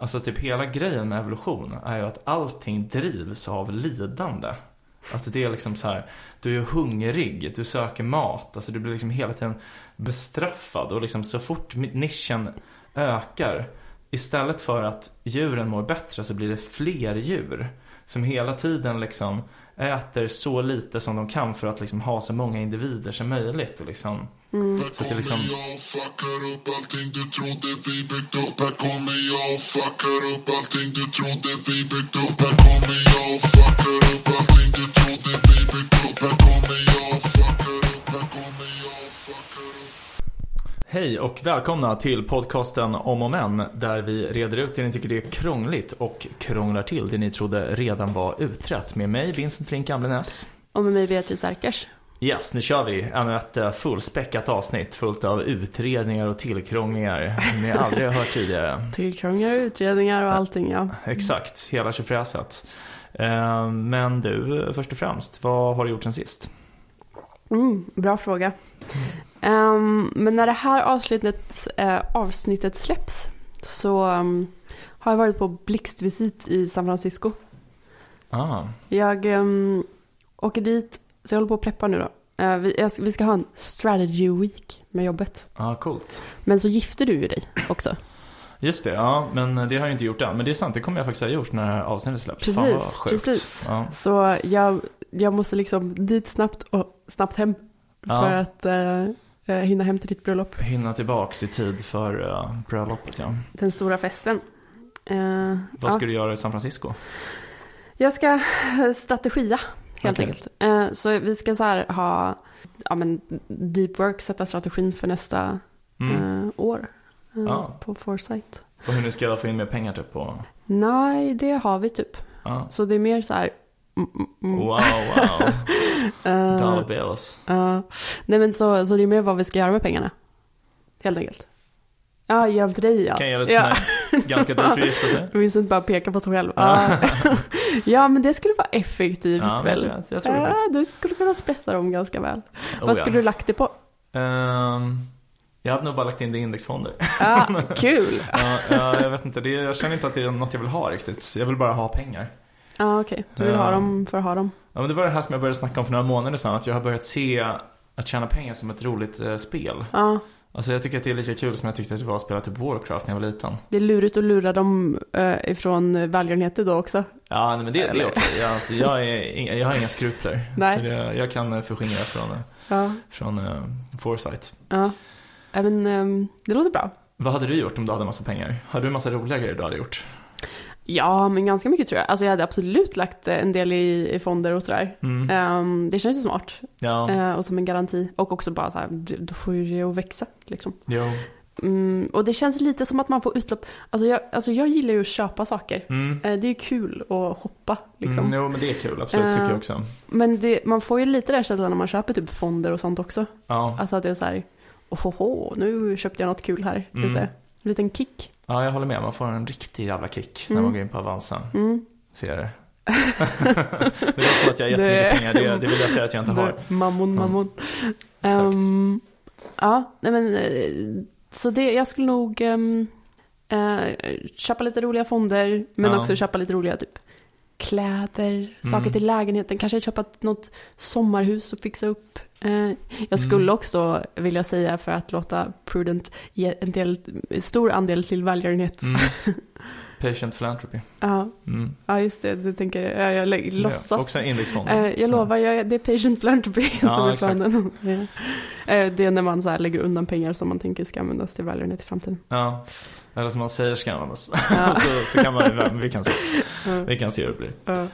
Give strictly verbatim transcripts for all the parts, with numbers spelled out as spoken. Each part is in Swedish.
Alltså typ hela grejen med evolution är ju att allting drivs av lidande. Att det är liksom så här, du är hungrig, du söker mat, alltså du blir liksom hela tiden bestraffad. Och liksom så fort nischen ökar, istället för att djuren mår bättre, så blir det fler djur som hela tiden liksom äter så lite som de kan för att liksom ha så många individer som möjligt. Och liksom, mm. så att det liksom... jag fuckar upp allting du trodde vi byggt upp. Här kommer jag fuckar upp allting du trodde vi byggt upp. Här kommer jag fuckar upp allting du trodde vi byggt upp. Här kommer jag fuckar upp, här kommer jag fuckar upp. Hej och välkomna till podcasten Om och Men, där vi reder ut det ni tycker det är krångligt och krånglar till det ni trodde redan var utrett. Med mig, Vincent Flink Amlenäs. Och med mig, Beatrice Arkers. Yes, nu kör vi ännu ett fullspäckat avsnitt fullt av utredningar och tillkrånglingar ni aldrig har hört tidigare. Tillkrånglingar, utredningar och allting, ja. Exakt, hela tjofräset. Men du, först och främst, vad har du gjort sen sist? Mm, bra fråga. Um, men när det här avsnittet, uh, avsnittet släpps så um, har jag varit på blixtvisit i San Francisco. Ah. Jag um, åker dit, så jag håller på att preppa nu då. Uh, vi, jag, vi ska ha en strategy week med jobbet. Ja, ah, coolt. Men så gifter du ju dig också. Just det, ja, men det har jag inte gjort än. Men det är sant, det kommer jag faktiskt ha gjort när avsnittet släpps. Precis, Fan, vad sjukt. precis. Ja. Så jag, jag måste liksom dit snabbt och snabbt hem för Ja. att uh, hinna hem till ditt bröllop. Hinna tillbaks i tid för uh, bröllopet, ja. Den stora festen. Uh, Vad ska ja. du göra i San Francisco? Jag ska strategia, helt Okej. enkelt. Uh, så vi ska så här ha ja, men deep work, sätta strategin för nästa Mm. uh, år uh, Ja. på Foresight. Och hur ni ska få in mer pengar typ på... Nej, det har vi typ. Ja. Så det är mer så här... Mm, mm, mm. Wow, wow. Uh, Dollar bills. uh, nej men så, så det är mer vad vi ska göra med pengarna. Helt enkelt. Ja, ge dem till dig, ja. Kan jag göra det till ja. mig? Ganska dyrt att gifta sig. Vincent bara peka på sig själv. Ja. Ja, men det skulle vara effektivt, Ja, men jag väl? tror, jag tror det Ja, faktiskt. du skulle kunna sprätta dem ganska väl. Oh, Vad ja. skulle du lagt det på? Um, jag hade nog bara lagt in det i indexfonder. Ah, kul. ja, ja, jag vet inte, det, jag känner inte att det är något jag vill ha riktigt. Jag vill bara ha pengar. Ja, ah, okej. Okay. Du vill ha Ja. dem för att ha dem. Ja, men det var det här som jag började snacka om för några månader sedan. Att jag har börjat se att tjäna pengar som ett roligt eh, spel. Ja. Ah. Alltså jag tycker att det är lika kul som jag tyckte att det var att spela typ Warcraft när jag var liten. Det är lurigt att lura dem uh, ifrån välgörenheter då också. Ja, nej, men det, det är okej. Jag, alltså, jag, är, jag har inga skrupler. Nej. Så det, jag kan förskingra från, Ja. från uh, Foresight. Ja. Men um, det låter bra. Vad hade du gjort om du hade massa pengar? Hade du massa roliga grejer du hade gjort? Ja, men ganska mycket tror jag. Alltså jag hade absolut lagt en del i, i fonder och sådär. Mm. Um, det känns ju smart. Ja. Uh, och som en garanti. Och också bara så här, då får ju det att växa liksom. Jo. Mm, och det känns lite som att man får utlopp. Alltså jag, alltså jag gillar ju att köpa saker. Mm. Uh, det är ju kul att hoppa liksom. Mm, jo, men det är kul, absolut, tycker Uh, jag också. Men det, man får ju lite där känslan när man köper typ fonder och sånt också. Ja. Alltså att det är så här, ohoho, nu köpte jag något kul här. Mm. Lite, en liten kick. Ja, jag håller med. Man får en riktig jävla kick Mm. när man går in på Avanza. Mm. Ser det. Det låter som att jag har jättemycket Det- pengar. Det, det vill jag säga att jag inte har. Mammon, mammon. Exakt. Um, ja, nej men eh, så det, jag skulle nog um, uh, köpa lite roliga fonder, men Ja. också köpa lite roliga typ kläder, saker Mm. till lägenheten, kanske köpa något sommarhus och fixa upp. Uh, jag skulle Mm. också vilja säga, för att låta prudent, ge en del, stor andel till välgörenhet. Mm. Patient philanthropy. Ja, Mm. ja, just det, det tänker jag, jag, jag lä- låtsas. Ja, också en indexfond. Eh, jag lovar, jag, det är patient philanthropy Ja, som är exakt. planen. Ja. Eh, det är när man så här lägger undan pengar som man tänker ska användas till välgörenhet i framtiden. Ja. Eller som man säger ska användas. Ja. så, så kan man, vi kan se. Vi kan se hur det blir. Ja.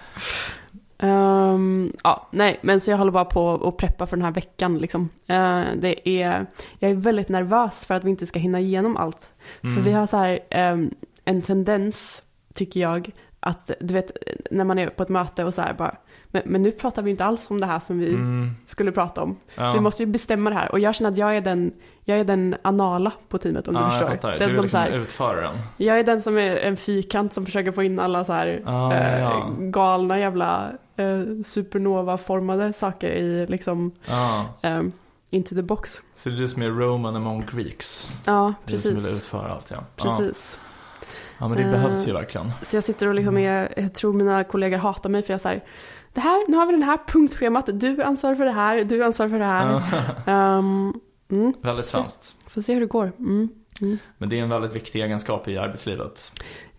Um, ja, nej, men så jag håller bara på att preppa för den här veckan liksom. Uh, det är, jag är väldigt nervös för att vi inte ska hinna igenom allt. Mm. För vi har så här um, en tendens, tycker jag, att du vet, när man är på ett möte och så här bara, men, men nu pratar vi inte alls om det här som vi Mm. skulle prata om. Ja. Vi måste ju bestämma det här. Och jag känner att jag är den, jag är den anala på teamet, om Ja, du jag förstår. fattar. Den Du är som, liksom så här, utföraren. jag är den som är en fyrkant som försöker få in alla så här Ah, eh, ja. galna jävla eh, supernova-formade saker i liksom Ja. eh, into the box. Så det är du som är Roman among Greeks. Ja, Det är du som vill precis. utföra allt, ja. Precis. Ja, men det uh, behövs ju verkligen. Så jag sitter och liksom är, jag tror mina kollegor hatar mig för jag säger det här, nu har vi den här punktschemat, du ansvarar för det här, du ansvarar för det här. Uh. um, mm, väldigt svenskt. Får se hur det går. Mm, mm. Men det är en väldigt viktig egenskap i arbetslivet.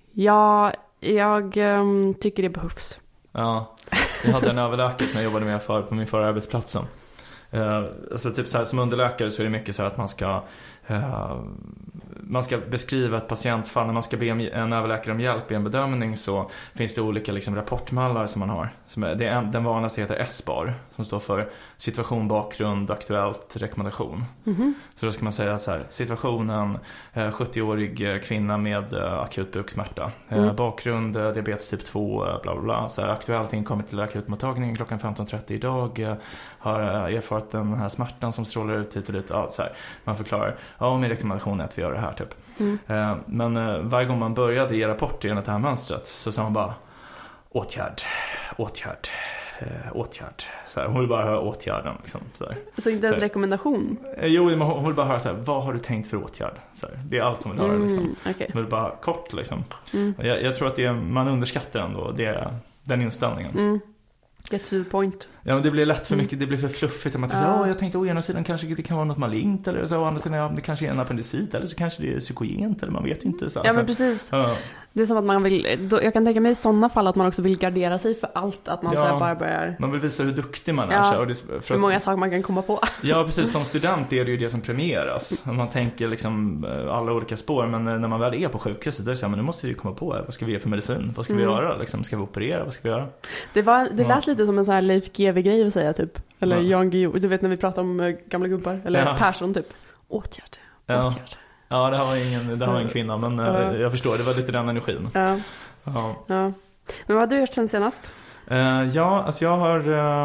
Ja, jag um, tycker det behövs. Ja, jag hade en överläkare som jag jobbade med för på min förra arbetsplatsen. Uh, alltså typ så här, som underläkare så är det mycket så här att man ska uh, man ska beskriva ett patientfall. När man ska be en överläkare om hjälp i en bedömning så finns det olika liksom, rapportmallar som man har. Som är, det är en, den vanligaste heter S B A R som står för situation, bakgrund, aktuellt, rekommendation. Mm-hmm. Så då ska man säga så här, situationen, eh, sjuttio-årig kvinna med eh, akut buksmärta. Mm. Eh, bakgrund, eh, diabetes typ två, eh, bla bla bla. Så här, aktuellt inkommit till akutmottagning klockan femton trettio idag. Eh, har eh, erfarit den här smärtan som strålar ut hit och dit. Ja, så här. Man förklarar, ja min rekommendation är att vi gör det här typ. Mm. Eh, men eh, varje gång man började ge rapporter enligt det här mönstret så sa man bara åtgärd, åtgärd, eh, åtgärd. Så här, hon vill bara höra åtgärden. Liksom, så här. Så inte ens så här, rekommendation? Eh, jo, men hon vill bara höra så här, vad har du tänkt för åtgärd? Så här, det är allt hon vill höra. Mm, liksom. okay. Hon vill bara kort liksom. Mm. Jag, jag tror att det är, man underskattar ändå det, den inställningen. Mm. Get to the point. Ja, men det blir lätt för mycket, det blir för fluffigt. Man tänker, ja. jag tänkte å ena sidan kanske det kan vara något malignt eller så, å andra sidan ja, det kanske är en appendicit eller så kanske det är psykogent eller man vet inte. Så, ja, så. men precis. Ja. Det är som att man vill, då, jag kan tänka mig i sådana fall att man också vill gardera sig för allt. Att man ja, så här bara börjar... Man vill visa hur duktig man är. Ja, så, och det, för hur att, många saker man kan komma på. Ja, precis. Som student är det ju det som premieras. Om man tänker liksom alla olika spår. Men när man väl är på sjukhuset då är det så här, men nu måste vi komma på. Vad ska vi ge för medicin? Vad ska mm. vi göra? Liksom, ska vi operera? Vad ska vi göra? Det, var, det lät ja. lite som en sån här Leif G W-grej att säga typ. Eller ja. Jan Guillou. Du vet när vi pratar om uh, gamla gubbar. Eller ja. Persson typ. Åtgärd. Ja. Åtgärd. Ja, det här var ingen, det här var en kvinna. Men uh, ja. jag förstår, det var lite den energin. Ja. Ja. Ja. Men vad har du gjort sen senast? Uh, ja, alltså jag har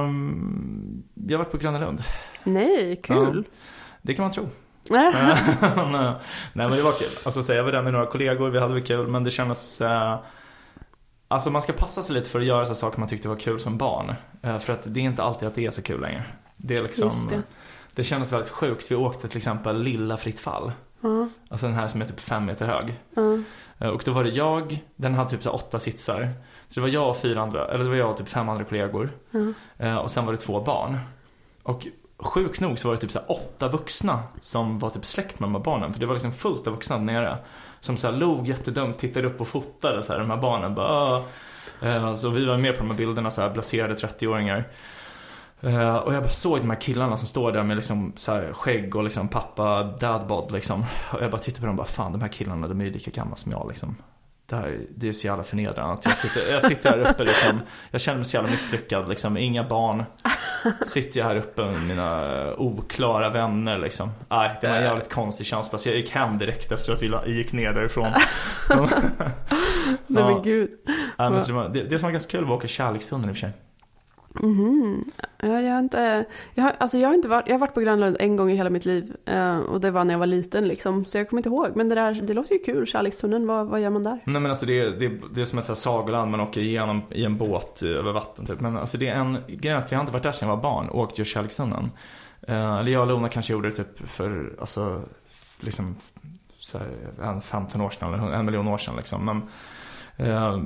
um, jag har varit på Gröna Lund. Nej, kul. Ja, det kan man tro. Nej, men det var kul. Alltså så jag var där med några kollegor, vi hade väl kul, men det kändes uh, alltså man ska passa sig lite för att göra så saker man tyckte var kul som barn. Uh, för att det är inte alltid att det är så kul längre. Det är liksom det. Det kändes väldigt sjukt. Vi åkte till exempel Lilla Fritt fall. Uh. Alltså den här som är typ fem meter hög. Uh. Och då var det jag, den hade typ så åtta sitsar. Så det var jag och fyra andra, eller det var jag och typ fem andra kollegor. Uh. Och sen var det två barn. Och sjukt nog så var det typ så åtta vuxna som var typ släkt med de här barnen. För det var liksom fullt av vuxna nere. Som så här log jättedumt, tittade upp och fotade så här, de här barnen. Bara, uh. Så vi var med på de här bilderna, så här blaserade trettio-åringar. Uh, och jag bara såg de här killarna som står där med liksom så här skägg och liksom pappa dadbod liksom. Och jag bara tittade på dem och bara, fan de här killarna, de är ju lika gamla som jag liksom. Det här, det är så jävla förnedrande att jag sitter, jag sitter här uppe liksom. Jag känner mig så jävla misslyckad liksom. Inga barn. Sitter jag här uppe med mina oklara vänner liksom. Nej, det var en jävligt konstig känsla. Så jag gick hem direkt efter att vi gick ner därifrån. Nej men gud. Ja, men det, var, det, det som var ganska kul var att åka kärleksstunden i och för sig. Mhm. Ja, jag har inte jag har, alltså jag har inte varit jag har varit på Grönlund en gång i hela mitt liv eh, och det var när jag var liten liksom, så jag kommer inte ihåg, men det där det låter ju kul. Kärlekstunneln, vad vad gör man där? Nej men alltså det är det, det är som ett så här sagoland, man åker igenom i en båt över vatten typ. Men alltså det är en grej att vi har inte varit där sedan jag var barn och åkt just Kärlekstunneln. Eh, eller jag och Lona kanske gjorde det typ för alltså liksom så här, femton år sedan eller en miljon år sedan liksom, men eh,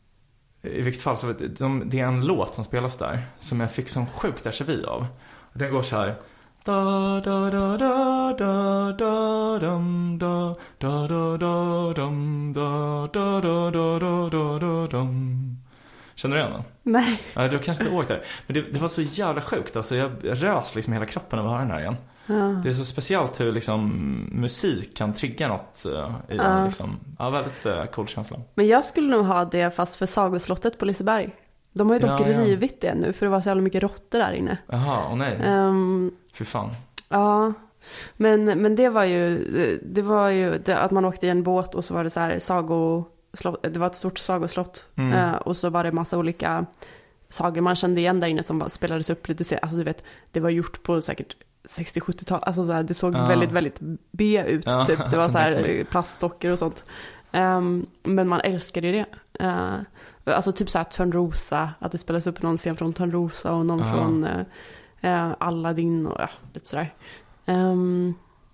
i vilket fall så vet de, det är en låt som spelas där som jag fick sån sjukt déjà vu av. Och den går så här da da da da da da dum da da da da dum da da da da da da dum. Känner du igen den? Nej. Ja, du har kanske inte åkt där. Men det, det var så jävla sjukt. Alltså jag rös liksom hela kroppen av att höra den här igen. Ja. Det är så speciellt hur liksom musik kan trigga något uh, i ja. den liksom. Ja, väldigt uh, cool känsla. Men jag skulle nog ha det fast för Sagoslottet på Liseberg. De har ju dock ja, ja. rivit det nu för det var så jävla mycket råttor där inne. Jaha, och nej. Um, Fy fan. Ja. Men, men det var ju det var ju det, att man åkte i en båt och så var det så här sago slott, det var ett stort sagoslott mm. uh, och så var det massa olika sagor man kände igen där inne som spelades upp lite senare. Alltså du vet, det var gjort på säkert sextio-sjuttiotal, alltså så här, det såg ja. väldigt väldigt B ut ja. typ. Det var så här plastdockor och sånt. Um, men man älskade ju det. Uh, alltså typ så här Törnrosa, att det spelas upp någon scen från Törnrosa och någon ja. från uh, uh, Aladdin och ja, lite sådär. Um,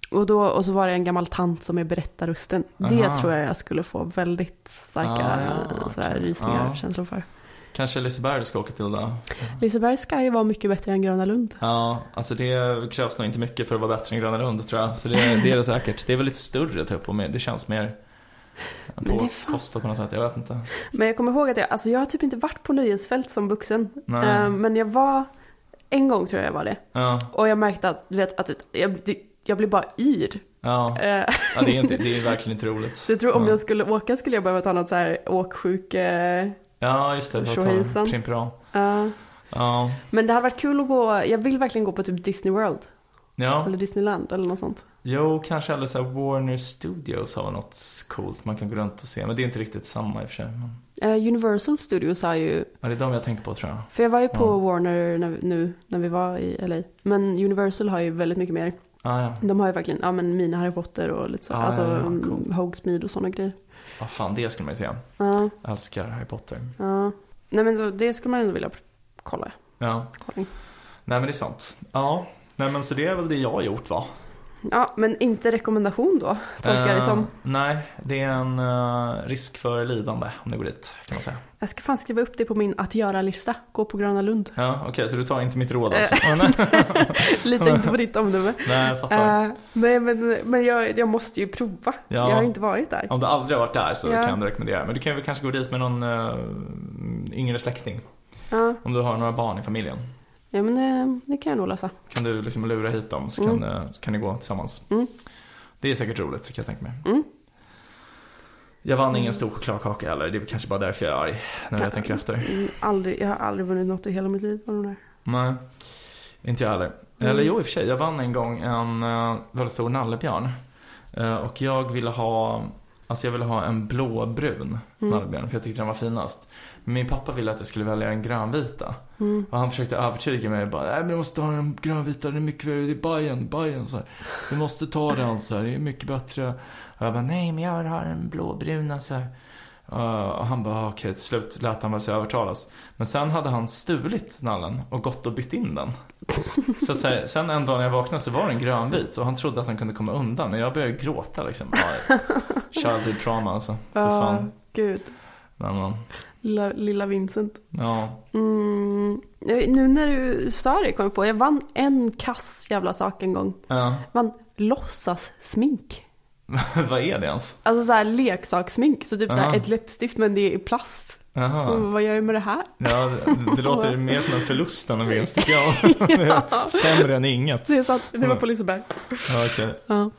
Och, då, och så var det en gammal tant som är berättarrösten. Det Aha. tror jag jag skulle få väldigt starka Ah, ja, sådär, okej. rysningar, Ja. känslor för. Kanske Liseberg du ska åka till då? Liseberg ska ju vara mycket bättre än Gröna Lund. Ja, alltså det krävs nog inte mycket för att vara bättre än Gröna Lund tror jag. Så det, det är det säkert. Det är väl lite större typ och mer, det känns mer påkostat på något sätt, jag vet inte. Men jag kommer ihåg att jag, alltså jag har typ inte varit på nöjesfält som vuxen. Nej. Uh, men jag var, en gång tror jag jag var det. Ja, Och jag märkte att, du vet, att jag, jag blev bara yr. ja. Uh, ja det, är inte, det är verkligen inte roligt. så jag tror om ja. jag skulle åka skulle jag behöva ta något så här åksjuk... Uh, Ja, just det. Tjohejsan. Primperan. uh. Ja. Men det hade varit kul att gå, jag vill verkligen gå på typ Disney World. Ja. Eller Disneyland eller något sånt. Jo, kanske eller så här Warner Studios har något coolt man kan gå runt och se. Men det är inte riktigt samma i och för sig. Men... Uh, Universal Studios har ju... Ja, det är de jag tänker på tror jag. För jag var ju på Ja. Warner när, nu när vi var i L A. Men Universal har ju väldigt mycket mer. Ah, ja. De har ju verkligen, ja men mina Harry Potter och lite så. Ah, alltså ja, ja, um, coolt. Hogsmeade och sådana grejer. Ja, fan, det skulle man ju se. Ja, Jag älskar Harry Potter. ja. Nej men så, det skulle man ändå vilja kolla. Ja. kolla in. Nej, men det är sant. Ja. Nej, men så det är väl det jag har gjort, va? Ja, men inte rekommendation då, tolkar jag det som. Uh, nej, det är en uh, risk för lidande om det går dit, kan man säga. Jag ska fan skriva upp det på min att göra-lista. Gå på Gröna Lund. Ja, okej, okay, så du tar inte mitt råd alltså? Eh. Oh, nej. Lite inte på ditt omdöme. Nej, jag fattar. Uh, nej, men, men jag, jag måste ju prova. Ja. Jag har inte varit där. Om du aldrig har varit där så Ja. kan jag ändå rekommendera. Men du kan väl kanske gå dit med någon uh, yngre släkting. Ja, Om du har några barn i familjen. ja men det, det kan jag nog lösa. Kan du liksom lura hit dem så Mm. kan, uh, kan ni gå tillsammans. Mm. Det är säkert roligt, kan jag tänka mig. Mm. Jag vann ingen stor chokladkaka heller. Det är kanske bara därför jag är arg när jag Ja. tänker efter. Mm, aldrig, jag har aldrig vunnit något i hela mitt liv på de där. Nej, inte jag heller. Mm. Eller jo, i och för sig. Jag vann en gång en uh, väldigt stor nallebjörn. Uh, och jag ville ha... Alltså jag ville ha en blåbrun Mm. nallebjörn. För jag tyckte den var finast. Men min pappa ville att jag skulle välja en grönvita. Mm. Och han försökte övertyga mig. Bara, nej men du måste ha en grönvita. Det är mycket värre. Det är Bayern, Bayern så här. Du måste ta den så här. Det är mycket bättre. Och jag bara, nej men jag har en blåbruna så här. Uh, och han bara, okej, okay, till slut lät han väl sig övertalas. Men sen hade han stulit nallen och gått och bytt in den. Så att säga, sen en dag när jag vaknade så var den grönvit. Så han trodde att han kunde komma undan. Men jag började gråta liksom. Ja, childhood trauma alltså. För Ja, fan. gud. Men, men, Lilla, lilla Vincent. ja. Mm, jag- nu när du sa det kom jag på. Jag vann en kass jävla sak en gång. Ja. Vann låtsas smink. Vad är det ens? Alltså så här leksakssmink. Så typ så här Ja. ett läppstift men det är i plast. Jaha. Och vad gör jag med det här? Ja, det, det låter mer som en förlust än en vinst tycker jag. Ja. Sämre än inget. Det är sant, det var på Liseberg. Ja, okej. Ja.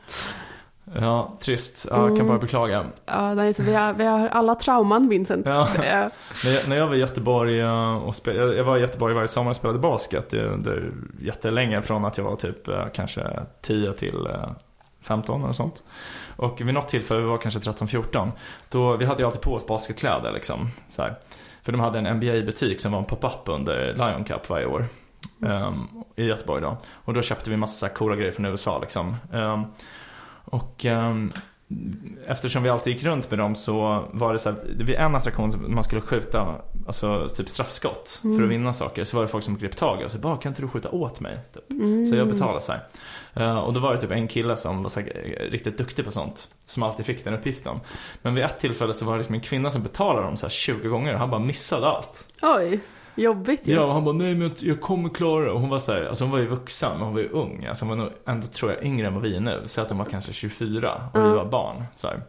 Ja, trist. Ja, jag kan Mm. bara beklaga. Ja, nej, så vi har, vi har alla trauman, Vincent. Ja. Det är- När jag, när jag var i Göteborg eh, och spel, jag, jag var i Göteborg varje sommar och spelade basket eh, under jättelänge. Från att jag var typ eh, kanske tio till eh, femton och sånt. Och vid något tillfälle, vi var kanske tretton fjorton. Då, vi hade ju alltid på oss basketkläder liksom, så här. För de hade en N B A-butik som var en pop-up under Lion Cup varje år. Um, i Göteborg då. Och då köpte vi massa så här coola grejer från U S A liksom. Um, och um, eftersom vi alltid gick runt med dem så var det så här, det var en attraktion som man skulle skjuta, alltså typ straffskott Mm. för att vinna saker. Så var det folk som grep tag och så bara, kan inte du skjuta åt mig typ. Mm. Så jag betalade så här. Uh, och då var det typ en kille som var så här, riktigt duktig på sånt, som alltid fick den uppgiften. Men vid ett tillfälle så var det liksom en kvinna som betalade dem så här tjugo gånger och han bara missade allt. Oj, jobbigt ju. Ja, och han bara, nej men jag kommer klara det. Och hon var så här, alltså hon var ju vuxen, men hon var ju ung. Alltså hon var nog ändå, tror jag, yngre än vad vi är nu. Så att de var kanske tjugofyra och vi Mm. var barn så här.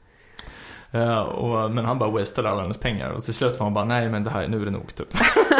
Uh, och, men han bara wastade alla hennes pengar. Och till slut var han bara, nej men det här, nu är det nog typ.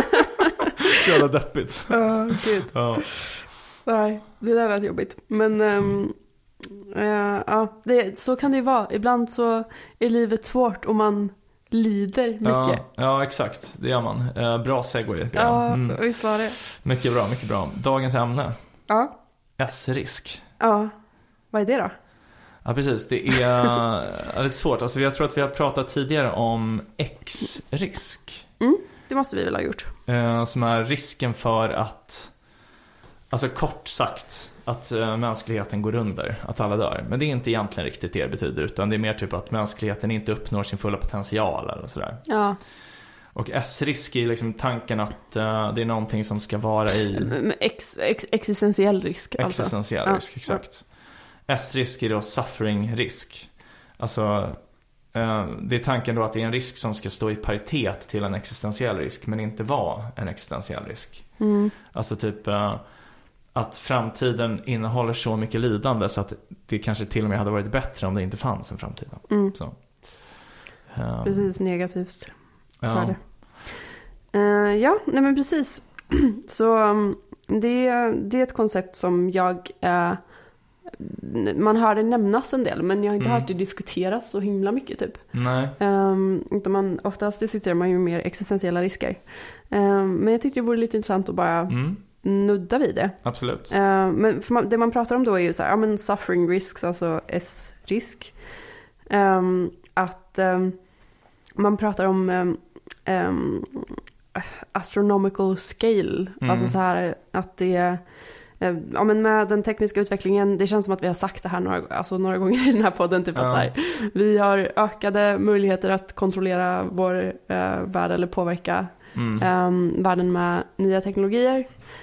Så jävla deppigt. Ja, gud. Ja. Nej, det där är jobbigt. Men um, uh, ja, det, så kan det ju vara. Ibland så är livet svårt och man lider mycket. Ja, ja, exakt. Det gör man. Uh, bra segway. Ja, Mm. visst var det. Mycket bra, mycket bra. Dagens ämne. Ja, S-risk. ja. Vad är det då? Ja, precis. Det är ja, lite svårt. Alltså, jag tror att vi har pratat tidigare om X-risk. Mm, det måste vi väl ha gjort. Eh, som är risken för att, alltså kort sagt, att eh, mänskligheten går under, att alla dör. Men det är inte egentligen riktigt det det betyder, utan det är mer typ att mänskligheten inte uppnår sin fulla potential eller sådär. Ja. Och S-risk är liksom tanken att uh, det är någonting som ska vara i Ex, ex, existentiell risk alltså. existentiell Ja. risk, exakt. S-risk är då suffering-risk. Alltså eh, det är tanken då att det är en risk som ska stå i paritet till en existentiell risk, men inte vara en existentiell risk. Mm. Alltså typ eh, att framtiden innehåller så mycket lidande så att det kanske till och med hade varit bättre om det inte fanns en framtid. Mm. Så. Um, Precis, negativt. ja. Det. Uh, ja, nej men precis. Så um, det, det är ett koncept som jag uh, man hör det nämnas en del, men jag har inte Mm. hört det diskuteras så himla mycket typ. Nej. Um, utan man, oftast diskuterar man ju mer existentiella risker. Um, men jag tyckte det vore lite intressant att bara Mm. nudda vid det. Absolut. Uh, men för man, det man pratar om då är ju så här, ja men suffering risks, alltså S-risk. Um, att um, man pratar om um, um, astronomical scale. Mm. Alltså så här att det uh, ja men med den tekniska utvecklingen, det känns som att vi har sagt det här några, alltså några gånger i den här podden typ Ja. att så här, vi har ökade möjligheter att kontrollera vår uh, värld eller påverka Mm. um, världen med nya teknologier.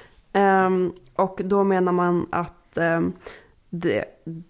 Um, och då menar man att um, det,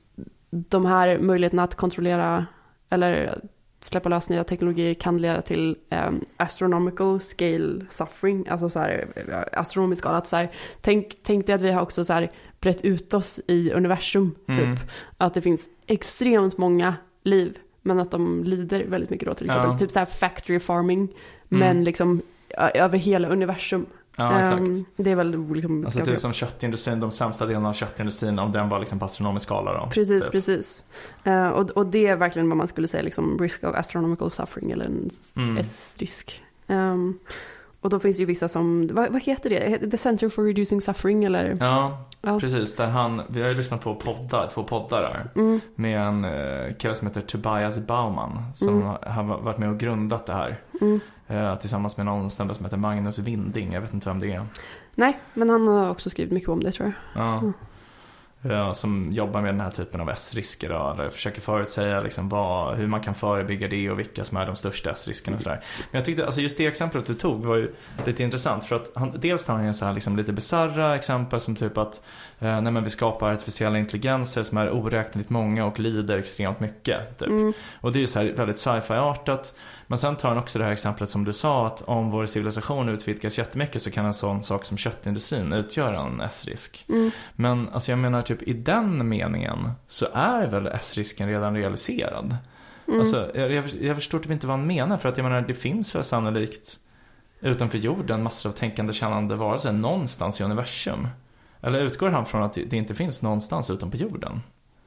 de här möjligheterna att kontrollera eller släppa lös nya teknologier kan leda till um, astronomical scale suffering, alltså så här astronomisk skala. Att så här, tänk, tänk dig att vi har också så här brett ut oss i universum typ. Mm. Att det finns extremt många liv, men att de lider väldigt mycket då till exempel. Ja. Typ så här factory farming, men liksom ö- över hela universum. Ja, exakt. Um, det är väl liksom Alltså ganska... typ som köttindustrin, de sämsta delarna av köttindustrin, om den var liksom på astronomisk skala då. Precis, typ. precis. Uh, och, och det är verkligen vad man skulle säga liksom risk of astronomical suffering eller en Mm. S-risk. Um, och då finns det ju vissa som, vad, vad heter det? The Center for Reducing Suffering eller? Ja, Ja. precis. Där han, vi har ju lyssnat på poddar, två poddar där. Mm. Med en uh, kille som heter Tobias Bauman. Som Mm. har varit med och grundat det här. Mm. Uh, tillsammans med någon snubbe som heter Magnus Winding. Jag vet inte vem det är. Nej, men han har också skrivit mycket om det tror jag. Ja. Mm. Ja, som jobbar med den här typen av S-risker då, eller försöker förutsäga liksom vad, hur man kan förebygga det och vilka som är de största S-riskerna och sådär. Men jag tyckte, alltså just det exemplet du tog var ju lite intressant, för att han, dels tar han ju så här liksom lite bizarra exempel som typ att eh, nej men vi skapar artificiella intelligenser som är oräkneligt många och lider extremt mycket typ. Mm. Och det är ju så här väldigt sci-fi-artat. Men sen tar han också det här exemplet som du sa, att om vår civilisation utvidgas jättemycket så kan en sån sak som köttindustrin utgöra en S-risk. Mm. Men alltså jag menar typ i den meningen så är väl S-risken redan realiserad. Mm. Alltså jag, jag, jag förstår typ inte vad han menar, för att jag menar det finns väl sannolikt utanför jorden massor av tänkande, kännande varelser någonstans i universum. Eller utgår han från att det inte finns någonstans utanpå jorden?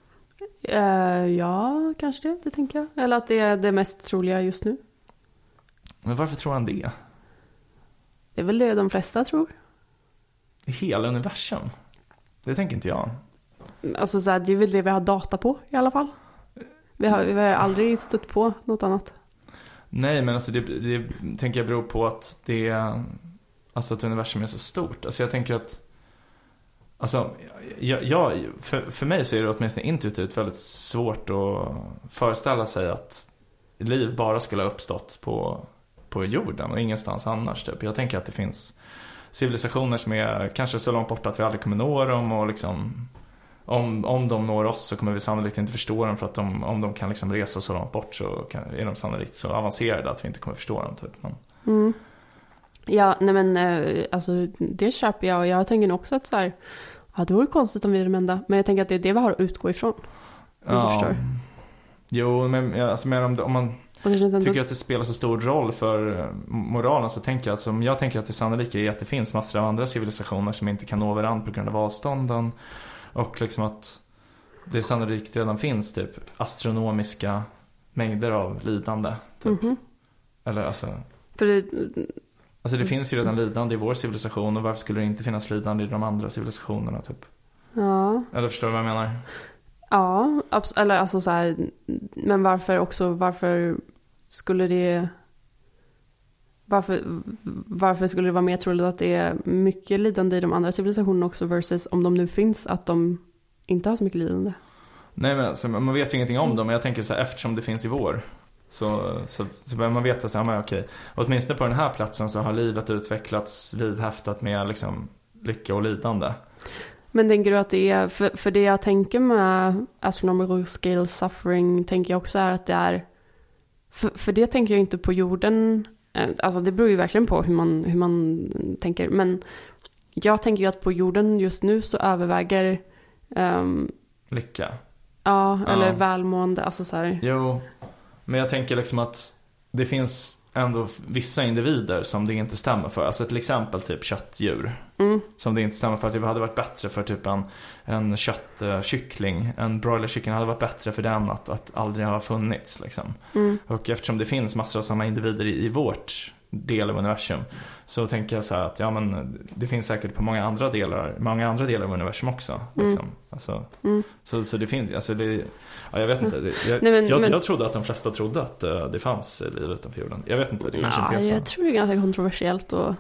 Uh, ja, kanske det, det tänker jag. Eller att det är det mest troliga just nu. Men varför tror han det? Det är väl det de flesta tror. I hela universum? Det tänker inte jag. Alltså så här, det är väl det vi har data på i alla fall. Vi har, vi har aldrig stött på något annat. Nej, men alltså det, det tänker jag beror på att det är, alltså att universum är så stort. Alltså jag tänker att alltså jag, jag, för, för mig så är det åtminstone intuitivt väldigt svårt att föreställa sig att liv bara skulle ha uppstått på, på jorden och ingenstans annars typ. Jag tänker att det finns civilisationer som är kanske så långt borta att vi aldrig kommer nå dem, och liksom om, om de når oss så kommer vi sannolikt inte förstå dem, för att de, om de kan liksom resa så långt bort så kan, är de sannolikt så avancerade att vi inte kommer förstå dem typ. Men... Mm. Ja, nej men alltså det köper jag, och jag tänker också att så här, ja, det vore konstigt om vi är de enda, men jag tänker att det är det vi har att utgå ifrån. Om Ja. du förstår. Jo, men alltså, men om, om man Och det känns ändå... tycker att det spelar så stor roll för moralen, så tänker jag att som jag tänker att det sannolikt är att det finns massor av andra civilisationer som inte kan nå varandra på grund av avstånden, och liksom att det sannolikt redan finns typ astronomiska mängder av lidande typ. Mhm. Eller alltså För det, Alltså det finns ju redan lidande i vår civilisation, och varför skulle det inte finnas lidande i de andra civilisationerna typ? ja, Eller förstår du vad jag menar? ja, abs- eller alltså så här, men varför också, varför skulle det varför, varför skulle det vara mer troligt att det är mycket lidande i de andra civilisationerna också, versus om de nu finns, att de inte har så mycket lidande? Nej, men alltså, man vet ju ingenting om dem, men jag tänker så här, eftersom det finns i vår, så, så, så börjar man veta så här, men okej, åtminstone på den här platsen så har livet utvecklats vidhäftat med liksom lycka och lidande. Men tänker du att det är, för, för det jag tänker med astronomical scale suffering tänker jag också är att det är, för, för det tänker jag inte på jorden, alltså det beror ju verkligen på hur man, hur man tänker, men jag tänker ju att på jorden just nu så överväger um, lycka. Ja, eller ja. välmående, alltså så här. Jo, men jag tänker liksom att det finns ändå vissa individer som det inte stämmer för. Alltså till exempel typ köttdjur. Mm. Som det inte stämmer för att det hade varit bättre för typ en, en köttkyckling. En broilerkyckling hade varit bättre för den att, att aldrig ha funnits liksom. Mm. Och eftersom det finns massor av samma individer i, i vårt del av universum, så tänker jag så här att ja, men det finns säkert på många andra delar, många andra delar av universum också liksom. Mm. Alltså, mm. så, så det finns, alltså det, ja, jag vet inte det, jag, Nej, men, jag, men... jag trodde att de flesta trodde att uh, det fanns liv utanför jorden. Jag vet inte, det kanske Nå, inte är så. Jag tror det är ganska kontroversiellt att,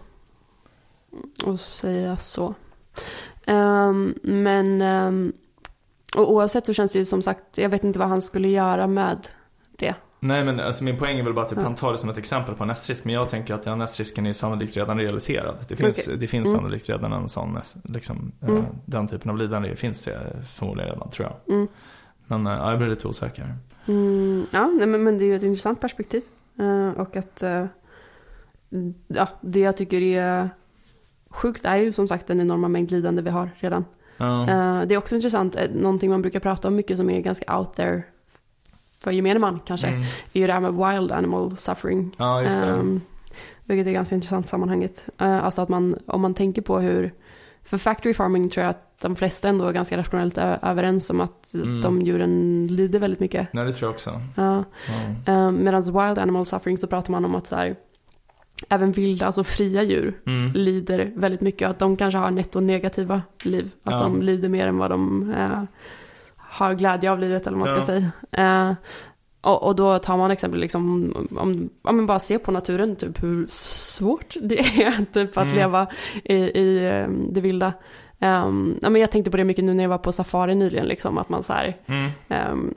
att säga så. Um, men um, och oavsett så känns det ju som sagt, jag vet inte vad han skulle göra med det. Nej, men alltså, min poäng är väl bara att typ, ja. han tar det som ett exempel på en nästrisk. Men jag tänker att den nästrisken är sannolikt redan realiserad. Det finns, okay. det finns mm. sannolikt redan en sån liksom, mm. uh, den typen av lidande finns förmodligen redan, tror jag. Mm. Men uh, jag blir lite osäker. Mm, ja, nej, men, men det är ju ett intressant perspektiv. Uh, och att uh, ja, det jag tycker är sjukt är ju som sagt den enorma mängd lidande vi har redan. Uh. Uh, det är också intressant, någonting man brukar prata om mycket som är ganska out there för gemene man kanske, mm. är ju det här med wild animal suffering. Ja, just det. Um, vilket är ganska intressant i sammanhanget. Uh, alltså att man, om man tänker på hur, för factory farming tror jag att de flesta ändå är ganska rationellt ö- överens om att mm. de djuren lider väldigt mycket. Nej, det tror jag också. Uh, mm. uh, Medan wild animal suffering så pratar man om att så här, även vilda, alltså fria djur mm. lider väldigt mycket. Att de kanske har netto negativa liv. Att ja. de lider mer än vad de uh, har glädje av livet, eller vad man ja. ska säga. Uh, och, och då tar man exempel liksom, om, om man bara ser på naturen, typ hur svårt det är typ, att mm. leva i, i um, det vilda. Um, ja, men jag tänkte på det mycket nu när jag var på safari nyligen, liksom, att man så här, mm. um,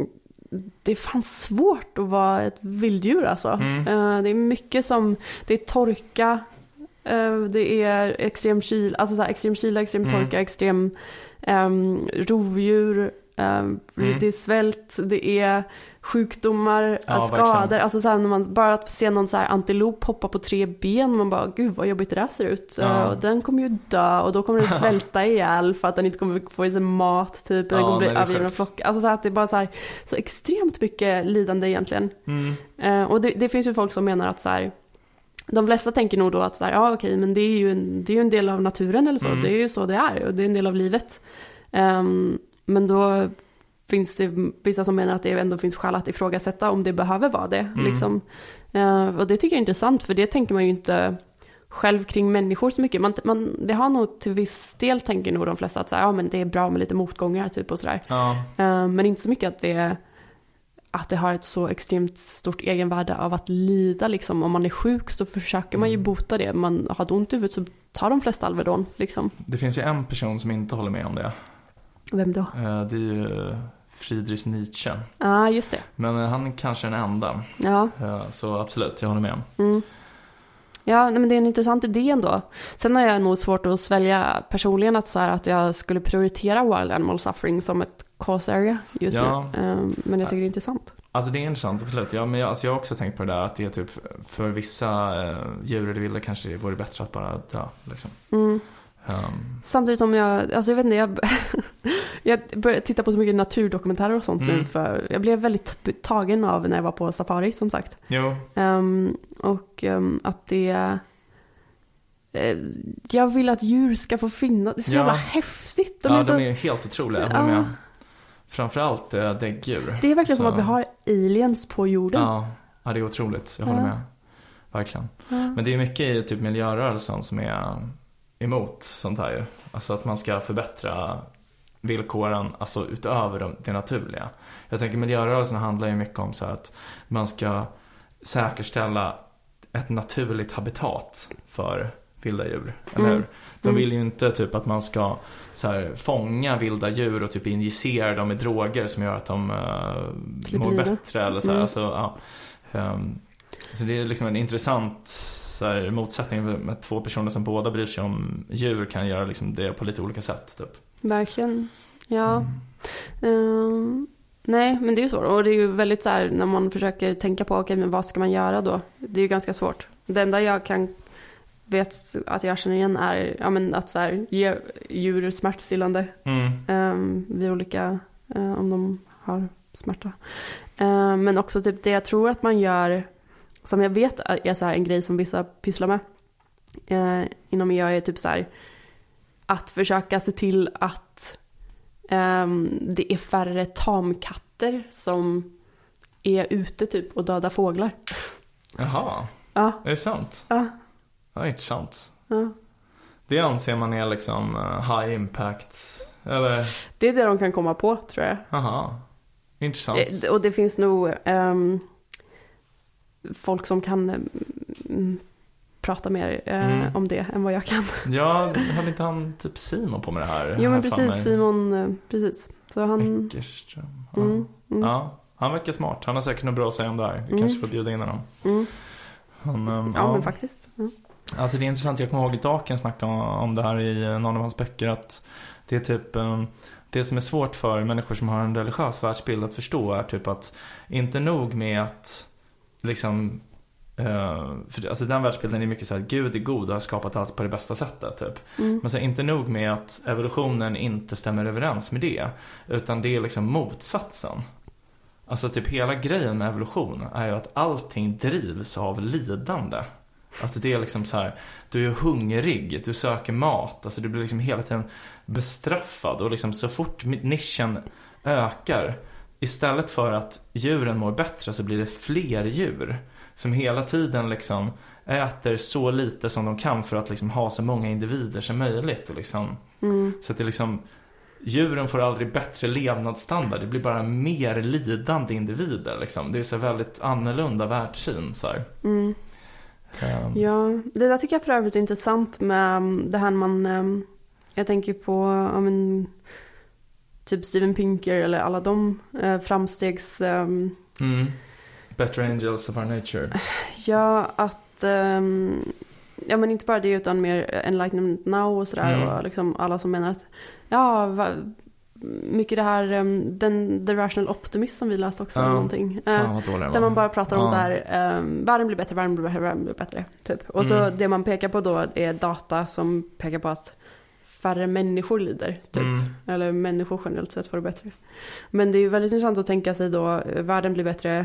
det fanns svårt att vara ett vilddjur alltså. Mm. Uh, det är mycket som, det är torka, uh, det är extrem kyla, alltså så här, extrem kyla, extrem mm. torka, extrem um, rovdjur, um, mm. det är svält, det är sjukdomar, ja, skador, verkligen. Alltså så här, när man bara ser någon så här antilop hoppa på tre ben, man bara, gud vad jobbigt det där ser ut. Ja. Uh, och den kommer ju dö och då kommer den svälta ihjäl för att den inte kommer få i sig mat typ, den ja, kommer bli övergiven av flock. Alltså så här, att det är bara så här, så extremt mycket lidande egentligen. Mm. Uh, och det, det finns ju folk som menar att så här, de flesta tänker nog då att så här, ja okej, men det är ju en, det är ju en del av naturen eller så, mm. det är ju så det är och det är en del av livet. Um, men då finns det vissa som menar att det ändå finns skäl att ifrågasätta om det behöver vara det. Mm. Liksom. Uh, och det tycker jag är intressant, för det tänker man ju inte själv kring människor så mycket. Man, man, det har nog till viss del, tänker nog de flesta, att så här, ja, men det är bra med lite motgångar typ och sådär. Ja. Uh, men inte så mycket att det, att det har ett så extremt stort egenvärde av att lida. Liksom. Om man är sjuk så försöker man ju bota det. Man har ont i huvudet så tar de flesta Alvedon. Liksom. Det finns ju en person som inte håller med om det. Vem då? Uh, det är ju Friedrich Nietzsche. Ja, ah, just det. Men uh, han kanske är den enda. Ja. Uh, så absolut, jag håller med. Mm. Ja, men det är en intressant idé ändå. Sen har jag nog svårt att svälja personligen att, så här, att jag skulle prioritera wild animal suffering som ett cause area just ja. nu. Um, men jag tycker det är intressant. Alltså det är intressant, absolut. Ja, men jag, alltså jag har också tänkt på det där att det är typ för vissa uh, djur eller vilda kanske det vore bättre att bara dö. Liksom. Mm. Um. Samtidigt som jag, alltså jag vet inte, jag, jag började titta på så mycket naturdokumentärer och sånt mm. nu, för jag blev väldigt tagen av när jag var på safari, som sagt. Jo. Um, och um, att det uh, jag vill att djur ska få finnas. Det är så ja. jävla häftigt. De ja, är så, de är helt otroliga. Jag håller med. Framförallt uh, däggdjur. Det är verkligen så. som att vi har aliens på jorden. Ja, ja det är otroligt. Jag håller ja. med. Verkligen. Ja. Men det är mycket i typ miljörörelsen som är emot sånt här ju. Alltså att man ska förbättra villkoren, alltså utöver det naturliga. Jag tänker miljörörelsen handlar ju mycket om så här att man ska säkerställa ett naturligt habitat för vilda djur, eller hur? Mm. De vill ju inte typ att man ska så här, fånga vilda djur och typ injicera dem med droger som gör att de uh, mår bättre eller så här. Mm. Alltså, ja. um, så det är liksom en intressant så här, motsättning med två personer som båda bryr sig om djur kan göra liksom det på lite olika sätt typ. Verkligen. Ja. Mm. Um, nej, men det är ju svårt. Och det är ju väldigt så här när man försöker tänka på, okej, okay, men vad ska man göra då? Det är ju ganska svårt. Det enda jag kan vet att jag känner igen är ja, men att så här, ge djur smärtstillande Mm. um, vid olika, uh, om de har smärta. Uh, men också typ det jag tror att man gör, som jag vet är så här en grej som vissa pysslar med uh, inom E A är typ så här att försöka se till att um, det är färre tamkatter som är ute typ och dödar fåglar. Jaha, Ja. är det sant? Ja. Ja, inte sant. Ja. Det anser man är liksom uh, high impact, eller? Det är det de kan komma på, tror jag. Jaha, intressant. Eh, Och det finns nog um, folk som kan um, prata mer uh, Mm. om det än vad jag kan. Ja, hade inte han typ Simon på med det här? Jo, men Här för precis, mig. Simon, uh, precis. Så han... Eckerström. Ja. Mm, mm, Ja, han verkar smart. Han har säkert något bra att säga om det här. Vi Mm. kanske får bjuda in honom. mm. Han, um, Ja, men faktiskt. Ja. Alltså det är intressant, jag kommer ihåg Daken snacka om, om det här i någon av hans böcker, att det är typ um, det som är svårt för människor som har en religiös världsbild att förstå är typ att inte nog med att liksom uh, för, alltså den världsbilden är mycket så här att Gud är god och har skapat allt på det bästa sättet typ. Mm. Men så här, inte nog med att evolutionen inte stämmer överens med det, utan det är liksom motsatsen. Alltså typ hela grejen med evolution är ju att allting drivs av lidande. Att det är liksom så här, du är hungrig, du söker mat, alltså du blir liksom hela tiden bestraffad. Och liksom så fort nischen ökar, istället för att djuren mår bättre, så blir det fler djur som hela tiden liksom äter så lite som de kan för att liksom ha så många individer som möjligt och liksom, Mm. så att det liksom, djuren får aldrig bättre levnadsstandard, det blir bara mer lidande individer liksom. Det är så väldigt annorlunda världssyn så här. Mm. Um, Ja, det där tycker jag för övrigt är intressant med um, det här man, um, jag tänker på um, en, typ Steven Pinker eller alla de uh, framstegs, um, mm. Better Angels of Our Nature. ja att, um, ja men inte bara det utan mer Enlightenment Now och sådär Mm. och liksom alla som menar att, ja, va, mycket det här, um, den, The Rational Optimist som vi läste också, Ja, eller någonting. Fan Uh, vad dålig den Där var. man bara pratar om Ja. så här, um, världen blir bättre, världen blir bättre, världen blir bättre, typ. Och så Mm. det man pekar på då är data som pekar på att färre människor lider, typ. Mm. Eller människor generellt sett får det bättre. Men det är ju väldigt intressant att tänka sig då, världen blir bättre,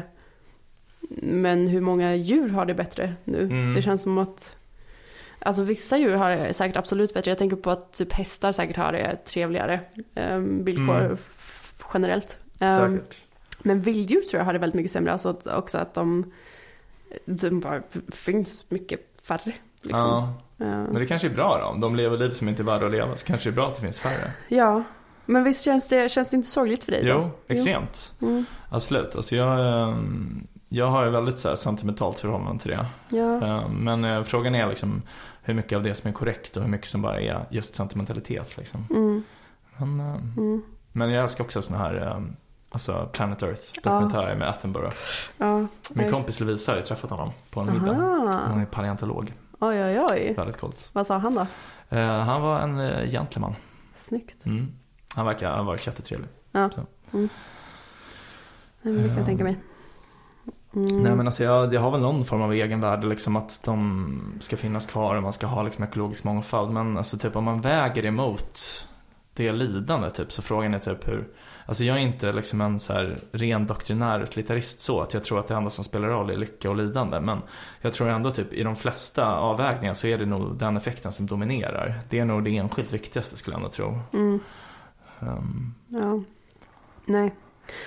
men hur många djur har det bättre nu? Mm. Det känns som att, alltså vissa djur har det säkert absolut bättre. Jag tänker på att typ hästar säkert har det trevligare um, villkor Mm. f- generellt. Um, Säkert. men vilddjur tror jag har det väldigt mycket sämre. Alltså att, också att de, de bara finns mycket färre. Liksom. Ja. Ja. Men det kanske är bra då. Om de lever liv som inte är värda att leva, så kanske det är bra att det finns färre. ja, men visst känns det, känns det inte sorgligt för dig då? Jo, extremt. Mm. Absolut. Alltså jag, ehm, jag har ett väldigt så här sentimentalt förhållande till det. Ja. Ehm, Men eh, frågan är liksom hur mycket av det som är korrekt och hur mycket som bara är just sentimentalitet liksom. Mm. Men, ehm, Mm. men jag älskar också såna här ehm, alltså Planet Earth dokumentärer med Attenborough. Ja. Min Nej. kompis Lovisa har ju träffat honom på en middag. Aha. Han är paleontolog. Oj, oj, oj. Väldigt coolt. Vad sa han då? Eh, han var en uh, gentleman. Snyggt. Mm. Han verkar ha varit jättetrevlig. Ja. Så. Mm. Nej, men det kan jag Ja. tänka mig. Mm. Nej, men alltså jag, jag har väl någon form av egenvärde liksom, att de ska finnas kvar och man ska ha liksom ekologisk mångfald. Men alltså typ om man väger emot det lidande typ, så frågan är typ hur, alltså jag är inte liksom en så här ren doktrinär utilitarist så att jag tror att det enda som spelar roll är lycka och lidande, men jag tror ändå typ i de flesta avvägningar så är det nog den effekten som dominerar. Det är nog det enskilt viktigaste, skulle jag ändå tro. Mm. um, Ja. Nej.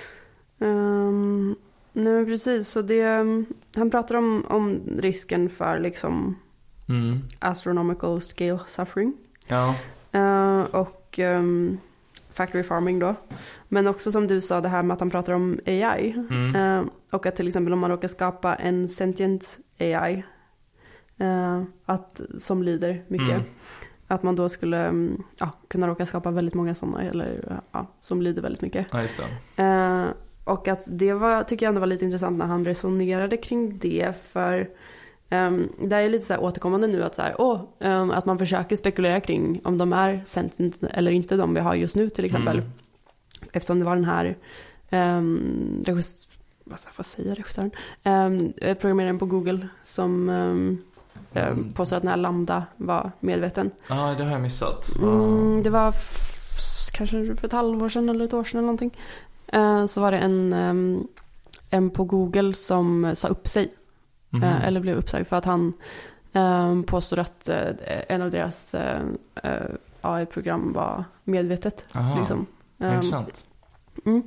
Um, nej, men precis. Så det, han pratar om, om risken för liksom mm. astronomical scale suffering. Ja. Uh, och um, factory farming då. Men också som du sa, det här med att han pratar om A I. Mm. Uh, och att till exempel om man råkar skapa en sentient A I uh, att, som lider mycket. Mm. Att man då skulle um, ja, kunna råka skapa väldigt många sådana eller, ja, som lider väldigt mycket. Ja, just det. Uh, och att det var, tycker jag ändå var lite intressant när han resonerade kring det. För Um, det är lite så här återkommande nu att, så här, oh, um, att man försöker spekulera kring om de är sentient eller inte, de vi har just nu till exempel. Mm. Eftersom det var den här um, regis- vad, vad säger regissören? Um, programmeraren på Google som um, mm. um, påstår att den här Lambda var medveten. Ja, ah, det har jag missat. Ah. Mm, det var f- kanske för ett halvår sedan eller ett år sedan eller någonting. Uh, så var det en, um, en på Google som sa upp sig. Mm-hmm. Uh, eller blev uppsagd för att han um, påstod att uh, en av deras uh, uh, A I-program var medvetet. Aha, liksom. um, intressant. Mm.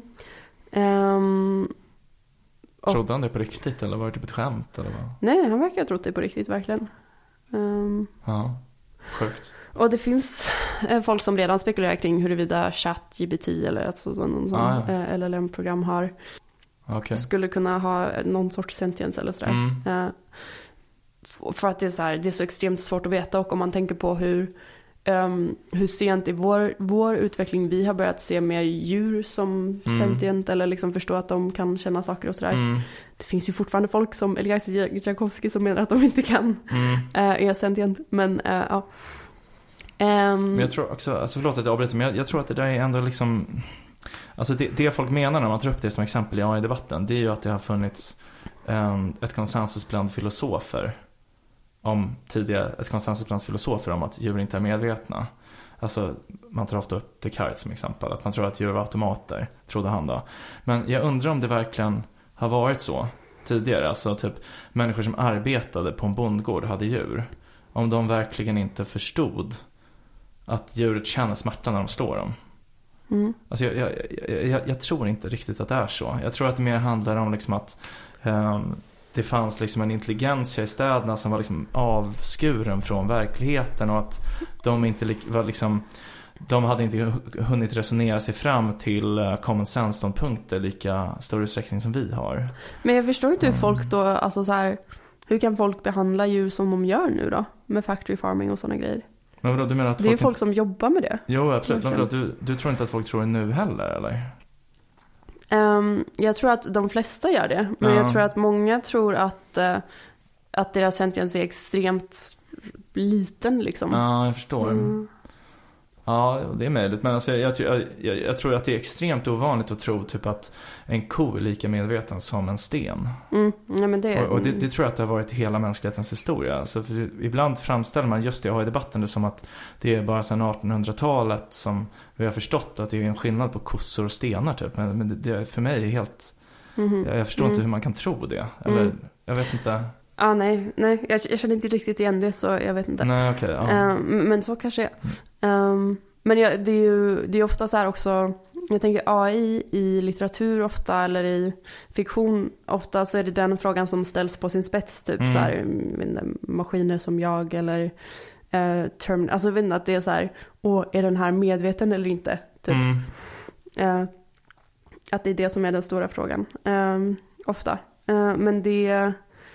Um, Trodde han det på riktigt eller var det typ ett skämt? Eller vad? Nej, han verkar ha trott det på riktigt, verkligen. Um, ja, sjukt. Och det finns eh, folk som redan spekulerar kring huruvida ChatGPT eller ett sånt som ah, ja. eh, L L M-program har okay. skulle kunna ha någon sorts sentiens eller sådär. Mm. Eh, för att det är, så här, det är så extremt svårt att veta, och om man tänker på hur, um, hur sent i vår, vår utveckling vi har börjat se mer djur som mm. sentient eller liksom förstå att de kan känna saker och sådär. Mm. Det finns ju fortfarande folk som Elias Jankowski som menar att de inte kan mm. uh, är sentient, men uh, ja. Um, men jag tror också, alltså förlåt att jag avbryter, men jag, jag tror att det där är ändå liksom, alltså det, det folk menar när man tar upp det som exempel i A I-debatten, det är ju att det har funnits um, ett konsensus bland filosofer om tidigare, ett konsensus bland filosofer om att djur inte är medvetna. Alltså man tar ofta upp Descartes som exempel, att man tror att djur var automater, trodde han då. Men jag undrar om det verkligen har varit så tidigare, alltså typ människor som arbetade på en bondgård hade djur, om de verkligen inte förstod att djuret känner smärta när de slår dem. Mm. Alltså jag, jag, jag, jag tror inte riktigt att det är så. Jag tror att det mer handlar om liksom att um, det fanns liksom en intelligens i städerna som var liksom avskuren från verkligheten, och att de inte var liksom, de hade inte hunnit resonera sig fram till common sense ståndpunkter lika stor utsträckning som vi har. Men jag förstår inte hur folk då, alltså så här, hur kan folk behandla djur som de gör nu då? Med factory farming och sådana grejer. Men vadå, du menar att det är ju folk inte... som jobbar med det. Jo, absolut. Men vadå, du, du tror inte att folk tror det nu heller, eller? Um, jag tror att de flesta gör det. Men ja. jag tror att många tror att, uh, att deras sentiens är extremt liten liksom. Ja, jag förstår. Mm. Ja, det är möjligt. Men alltså, jag, jag, jag, jag tror att det är extremt ovanligt att tro typ att en ko är lika medveten som en sten. Mm. Ja, men det... Och, och det, det tror jag att det har varit hela mänsklighetens historia. Alltså, för ibland framställer man just det, jag har i debatten det som att det är bara sedan artonhundratalet som vi har förstått att det är en skillnad på kossor och stenar typ. Men, men det, det för mig är helt... Mm. Jag, jag förstår mm. inte hur man kan tro det. Eller, mm. jag vet inte... Ah, nej, nej. Jag, jag känner inte riktigt igen det, så jag vet inte. Nej, okay, ja. um, men så kanske um, Men jag, det är ju det är ofta så här också. Jag tänker A I i litteratur ofta, eller i fiktion ofta, så är det den frågan som ställs på sin spets typ. Mm. Så här, inte, maskiner som jag eller uh, term, alltså jag vet inte, att det är så här, åh, är den här medveten eller inte typ. Mm. Uh, att det är det som är den stora frågan um, ofta. Uh, men det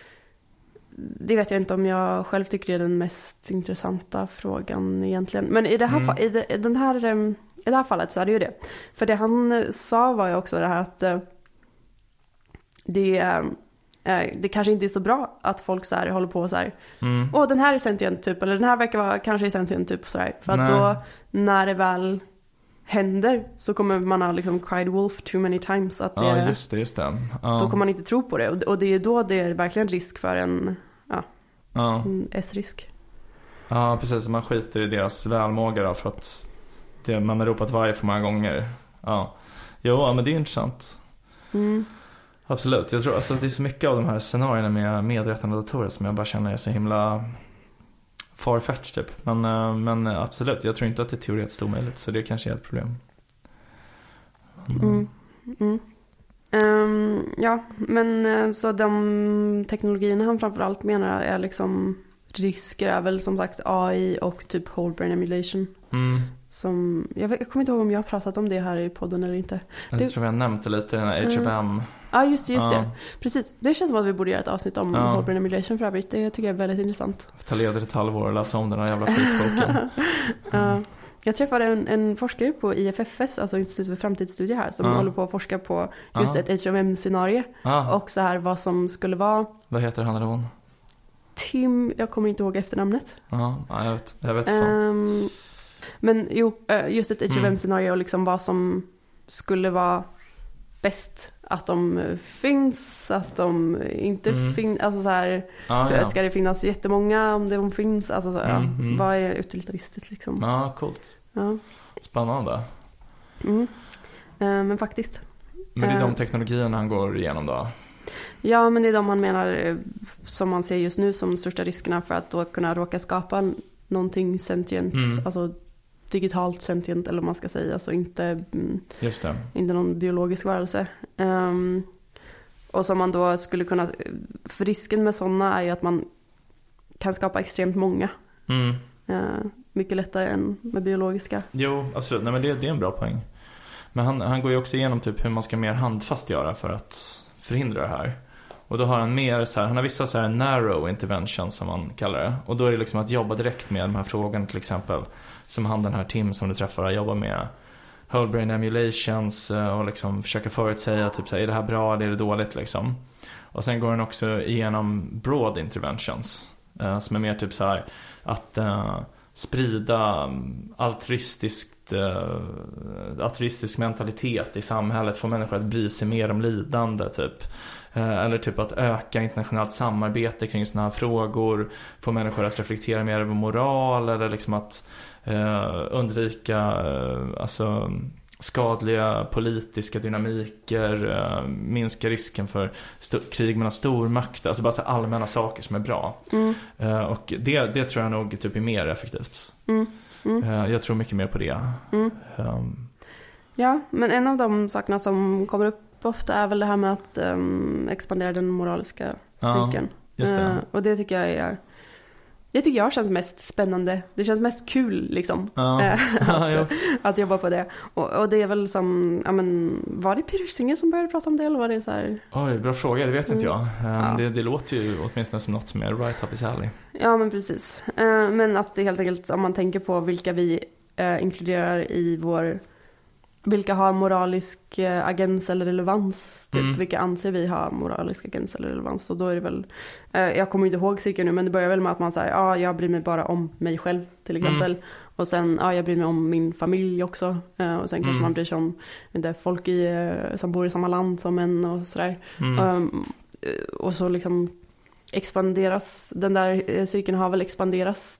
Det vet jag inte om jag själv tycker är den mest intressanta frågan egentligen. Men i det här, mm. fa- i, det, i den här, i det här fallet så är det ju det. För det han sa var ju också det här att det, det kanske inte är så bra att folk så här håller på så här. Mm. Åh, den här är sentient typ. Eller den här verkar vara kanske sentient typ. Så här. För att Nej. då, när det väl händer, så kommer man ha liksom cried wolf too many times. Att det, ja, just det, just det. Ja. Då kommer man inte tro på det. Och, och det är då det är verkligen risk för en, ja, ja. en S-risk. Ja, precis. Man skiter i deras välmåga då, för att det, man har ropat varje för många gånger. Ja, jo, men det är intressant. Mm. Absolut. Jag tror alltså, det är så mycket av de här scenarierna med medvetna datorer som jag bara känner är så himla farfetched typ. Men, men absolut, jag tror inte att det är teoretiskt omöjligt, så det kanske är ett problem. Mm. Mm. Mm. Um, ja, men så de teknologierna han framförallt menar är liksom risker är väl som sagt A I och typ whole brain emulation. Mm. Som, jag, vet, jag kommer inte ihåg om jag har pratat om det här i podden eller inte. Jag det, tror jag nämnde lite i den här H F M. Ja, uh, just, just uh. det. Precis. Det känns som att vi borde göra ett avsnitt om uh. whole brain emulation för övrigt. Det tycker jag är väldigt intressant. Ta leder ett halvår och läsa om den här jävla skitboken. mm. uh. Jag träffade en, en forskare på I F F S, alltså Institut för framtidsstudier här, som uh. håller på att forska på just uh. ett H M M-scenario. Uh. Och så här vad som skulle vara... Vad heter han eller hon? Tim, jag kommer inte ihåg efternamnet. Ja, jag vet, jag vet fan. Um, men jo, just ett H F M-scenario och liksom vad som skulle vara bäst. Att de finns, att de inte mm. finns, alltså så här, ah, ja. Ska det finnas jättemånga om de finns, alltså så, mm, ja, mm. vad är utilitaristiskt liksom. Ja, coolt. Ja. Spännande. Mm. Uh, men faktiskt. Men det är de teknologierna han går igenom då? Ja, men det är de han menar som man ser just nu som största riskerna för att då kunna råka skapa någonting sentient, mm. alltså digitalt sentient eller vad man ska säga, alltså inte, just det. Inte någon biologisk varelse. Um, och som man då skulle kunna, för risken med sådana är ju att man kan skapa extremt många. Mm. Uh, mycket lättare än med biologiska. Jo, absolut. Nej, men det, det är en bra poäng. Men han, han går ju också igenom typ hur man ska mer handfast göra för att förhindra det här. Och då har han mer så här, han har vissa så här narrow interventions som man kallar det. Och då är det liksom att jobba direkt med de här frågorna till exempel. Som han den här Tim som du träffar jobbar med whole brain emulations och liksom försöka förutsäga typ så här, är det här bra eller är det dåligt liksom. Och sen går han också igenom broad interventions eh, som är mer typ så här att eh, sprida altruistiskt eh, altruistisk mentalitet i samhället, få människor att bry sig mer om lidande typ. Eller typ att öka internationellt samarbete kring såna här frågor, få människor att reflektera mer över moral eller liksom att eh, undvika eh, alltså skadliga politiska dynamiker, eh, minska risken för st- krig mellan stormakter, alltså bara så allmänna saker som är bra. Mm. Eh, och det, det tror jag nog typ är mer effektivt. Mm. Mm. Eh, jag tror mycket mer på det. Mm. Um, ja, men en av de sakerna som kommer upp ofta är väl det här med att um, expandera den moraliska cirkeln. Ja, just det. Uh, och det tycker jag är det tycker jag känns mest spännande. Det känns mest kul liksom. Ja. att, ja. att jobba på det. Och, och det är väl som, ja men, var det Peter Singer som började prata om det eller var det så här? Oj, bra fråga, det vet inte jag. Um, ja. det, det låter ju åtminstone som något som är right up his alley. Ja, men precis. Uh, men att det helt enkelt, om man tänker på vilka vi uh, inkluderar i vår, vilka har moralisk uh, agens eller relevans, typ. Mm. Vilka anser vi har moralisk agens eller relevans. Och då är det väl, uh, jag kommer inte ihåg cirkeln nu, men det börjar väl med att man säger, ja, ah, jag bryr mig bara om mig själv till exempel. Mm. Och sen, ja, ah, jag bryr mig om min familj också. Uh, och sen kanske mm. man bryr sig om inte, folk i, uh, som bor i samma land som en och sådär. Mm. Um, och så liksom expanderas, den där cirkeln har väl expanderats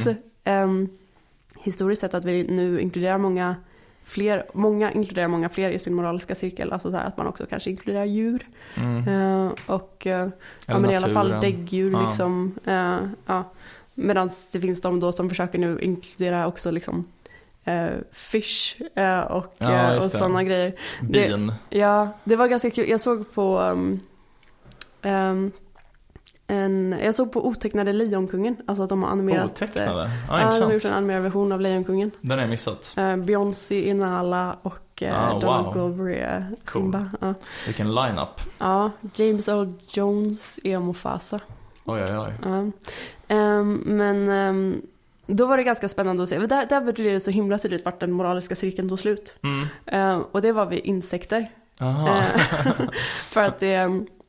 mm. um, historiskt sett att vi nu inkluderar många fler, många inkluderar många fler i sin moraliska cirkel, alltså så här att man också kanske inkluderar djur mm. uh, och uh, ja, men i alla fall däggdjur ja. liksom uh, ja. Medan det finns de då som försöker nu inkludera också liksom uh, fish uh, och, ja, uh, och sådana grejer. Bin. Det, ja, det var ganska kul. Jag såg på um, um, En, jag såg på otecknade Lejonkungen. Alltså att de har animerat. Otecknade? Ja, ah, de har gjort en animerad version av Lejonkungen. Den är missat. uh, Beyoncé i Nala och uh, ah, Donald wow. Glover i Simba. Cool. uh. Vilken line-up. Ja, James Earl Jones i Mufasa. Oj, oj, oj. uh. um, Men um, då var det ganska spännande att se. Där, där blev det så himla tydligt vart den moraliska cirkeln tog slut. mm. uh, Och det var vid insekter. uh, För att det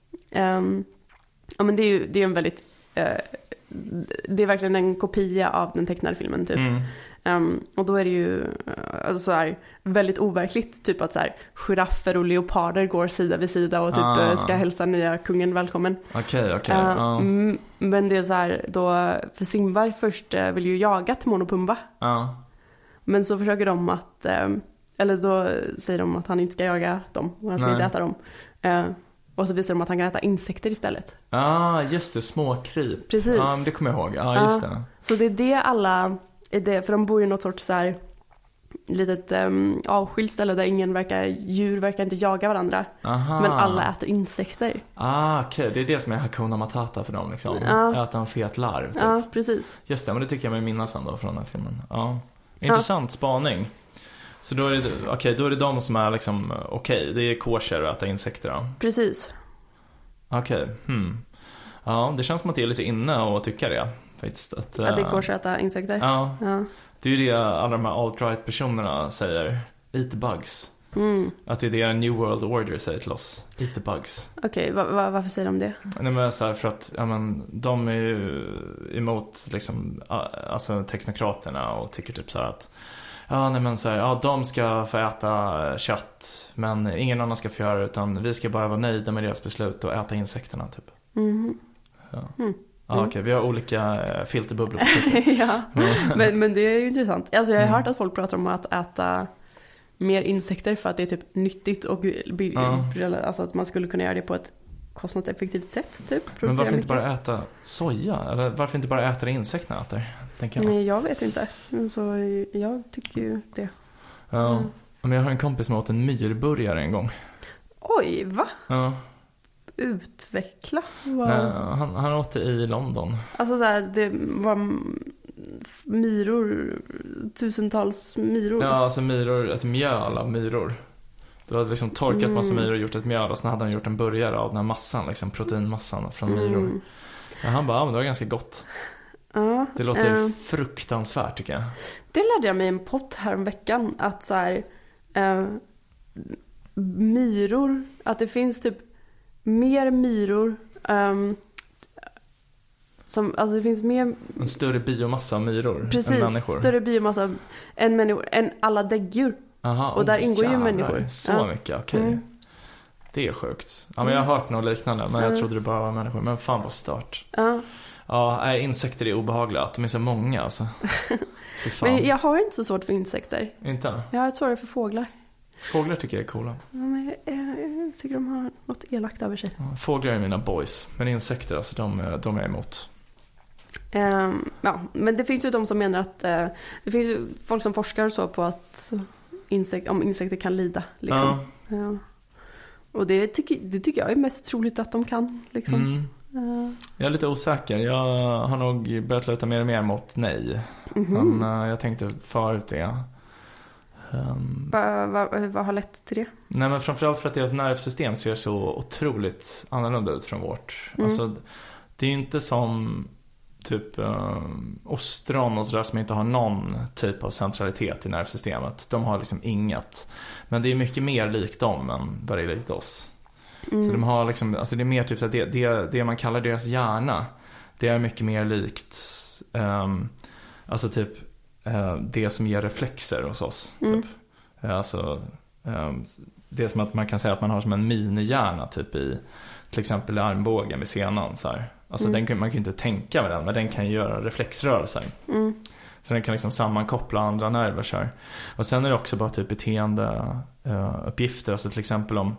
um, ja, men det är ju det är en väldigt eh, det är verkligen en kopia av den tecknade filmen typ. Mm. Um, och då är det ju uh, alltså så här, väldigt overkligt typ att så här, giraffer och leoparder går sida vid sida och typ ah. ska hälsa nya kungen välkommen. Okej, okay, okej. Okay. Uh, ah. m- men det är så här då, för Simba först uh, vill ju jaga Timon och Pumba. Ah. Men så försöker de att um, eller då säger de att han inte ska jaga dem och han ska Nej. inte äta dem. Uh, Och så visar de att han kan äta insekter istället. Ja, ah, just det, småkryp. Precis. Ja, ah, det kommer jag ihåg. Ja, ah, just ah, det. Så det är det alla, är det, för de bor ju i något sorts så här litet um, avskilt ställe där ingen verkar, djur verkar inte jaga varandra. Aha. Men alla äter insekter. Ah, okej. Okay. Det är det som är Hakuna Matata för dem liksom. Ah. Äta en fet larv typ. Ja, precis. Just det, men det tycker jag mig minnas ändå från den här filmen. Ja. Intressant ah. spaning. Så då är det, okej, okay, då är det de som är liksom, okej, okay, det är kosher att äta insekter då. Precis. Okej, okay. hmm. Ja, det känns som att det är lite inne att tycka det faktiskt. Att, att det är kosher att äta insekter? Ja. ja. Det är ju det alla de här alt-right personerna säger. Eat the bugs. Mm. Att det är det New World Order säger till oss. Eat the bugs. Okej, okay, va, va, varför säger de det? Nej, men så här, för att ja, men, de är ju emot liksom, alltså, teknokraterna och tycker typ så här att ja, nej, men så här, ja, de ska få äta kött men ingen annan ska få göra det, utan vi ska bara vara nöjda med deras beslut och äta insekterna typ. Mm. Ja. Mm. Ja, okej, okay, vi har olika filterbubblor. Ja, men, men det är ju intressant. Alltså jag har Mm. hört att folk pratar om att äta mer insekter för att det är typ nyttigt och Ja. alltså att man skulle kunna göra det på ett kostnadseffektivt sätt typ. Men varför mycket. inte bara äta soja? Eller varför inte bara äta det insekterna äter? Tänker jag. Nej, jag vet inte. Så jag tycker ju det. Ja, Mm. men jag har en kompis som åt en myrburgare en gång. Oj, va? Ja. Utveckla? Wow. Nej, han, han åt det i London. Alltså så här, det var myror, tusentals myror. Ja, alltså myror, ett mjöl av myror. Du hade liksom torkat Mm. massa myror och gjort ett mjöl, och sen hade han gjort en burgare av den här massan, liksom proteinmassan från myror. Mm. Ja, han bara, ja, men det var ganska gott. Ja, Det låter eh, fruktansvärt tycker jag. det lärde jag mig i en podd här om veckan. Att så här, eh, myror, att det finns typ mer myror um, som, alltså det finns mer, En större biomassa av myror precis, än människor. större biomassa än människor, än alla däggdjur. Aha, och där oh, ingår ju jävlar. människor. Så Ja. mycket, okej. Mm. Det är sjukt. Ja, men jag har hört något liknande, men jag Mm. trodde det bara var människor. Men fan vad stört. Ja. Ja, nej, insekter är obehagliga. Att de är så många alltså. Fy fan. Men jag har inte så svårt för insekter. Inte? Jag har ett svårare för fåglar. Fåglar tycker jag är coola. Ja, men jag, jag, jag tycker de har något elakt över sig. Ja, fåglar är mina boys. Men insekter, alltså de, de är jag emot. Um, ja, men det finns ju de som menar att uh, det finns ju folk som forskar så på att insek- om insekter kan lida liksom. Ja. Ja. Och det tycker, det tycker jag är mest troligt att de kan liksom. Mm. Uh, Jag är lite osäker. Jag har nog börjat luta mer och mer mot nej. mhm. Men uh, jag tänkte förut det. Um, Vad va, va har lett till det? nej, men framförallt för att deras nervsystem ser så otroligt annorlunda ut från vårt. Mm. Alltså, det är ju inte som typ um, ostron och sådär som inte har någon typ av centralitet i nervsystemet. De har liksom inget. Men det är mycket mer likt dem än vad det är likt oss. Mm. Så de har liksom, alltså det är mer typ så att det, det, det man kallar deras hjärna, det är mycket mer likt um, alltså typ uh, det som ger reflexer hos oss. Mm. Typ. Uh, alltså um, det är som att man kan säga att man har som en minihjärna typ i till exempel i armbågen vid senan så här. Alltså Mm. den kan, man kan ju inte tänka med den, men den kan göra reflexrörelser. Mm. Så den kan liksom sammankoppla andra nerver så här. Och sen är det också bara typ beteende uh, uppgifter, alltså till exempel om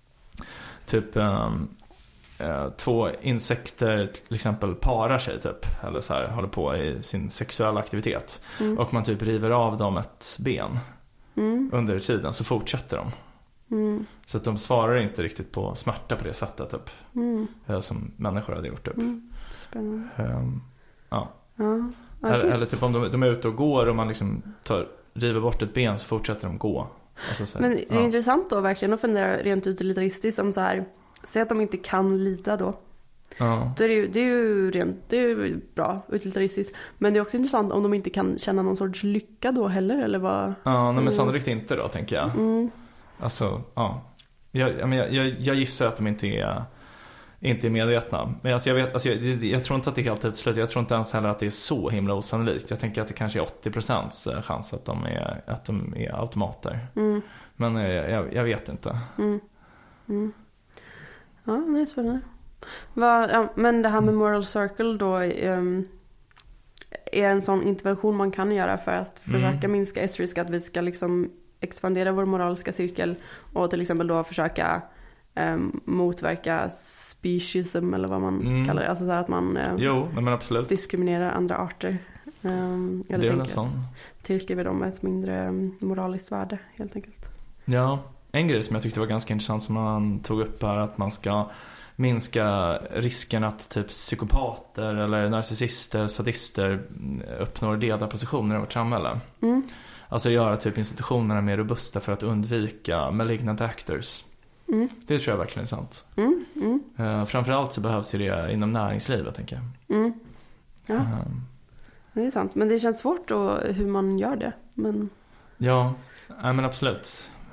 typ um, uh, två insekter till exempel parar sig typ, eller så här håller på i sin sexuella aktivitet. Mm. Och man typ river av dem ett ben Mm. under tiden, så fortsätter de. Mm. Så att de svarar inte riktigt på smärta på det sättet typ, Mm. uh, som människor hade gjort typ. Mm. Spännande. Um, ja. Ja. Ja, Eller, gud. eller typ om de, de är ute och går och man liksom tar, river bort ett ben, så fortsätter de gå. Alltså så här, Men det är ja. intressant då verkligen att fundera rent utilitaristiskt om så här, säg att de inte kan lida då. Ja. Då är det, ju, det är ju rent, det är ju bra utilitaristiskt. Men det är också intressant om de inte kan känna någon sorts lycka då heller, eller vad? Ja, nej, men Mm. sannolikt inte då, tänker jag. Mm. Alltså, ja. Jag, jag, men jag, jag, jag gissar att de inte är, inte är medvetna. Men alltså jag, vet, alltså jag, jag tror inte att det är helt utslutet. Jag tror inte ens heller att det är så himla osannolikt. Jag tänker att det kanske är åttio procent chans att de är, att de är automater. Mm. Men jag, jag, jag vet inte. Mm. Mm. Ja, det är spännande. Va, ja, men det här med moral circle då um, är en sån intervention man kan göra för att försöka Mm. minska S-risk, att vi ska liksom expandera vår moraliska cirkel och till exempel då försöka um, motverka speciesism eller vad man Mm. kallar det. Alltså så här att man um, Jo, nej, men absolut. diskriminerar andra arter. Um, Det är väl en sån. tillskriver dem ett mindre um, moraliskt värde helt enkelt. Ja, en grej som jag tyckte var ganska intressant som man tog upp är att man ska minska risken att typ psykopater eller narcissister, sadister uppnår ledarpositioner i vårt samhälle. Mm. Alltså göra typ institutionerna mer robusta för att undvika malignant actors. Mm. Det tror jag verkligen är sant. Mm. Mm. Uh, framförallt så behövs ju det inom näringslivet, tänker jag. Mm. Ja. Um, Det är sant, men det känns svårt då hur man gör det. Men ja, nej, men absolut.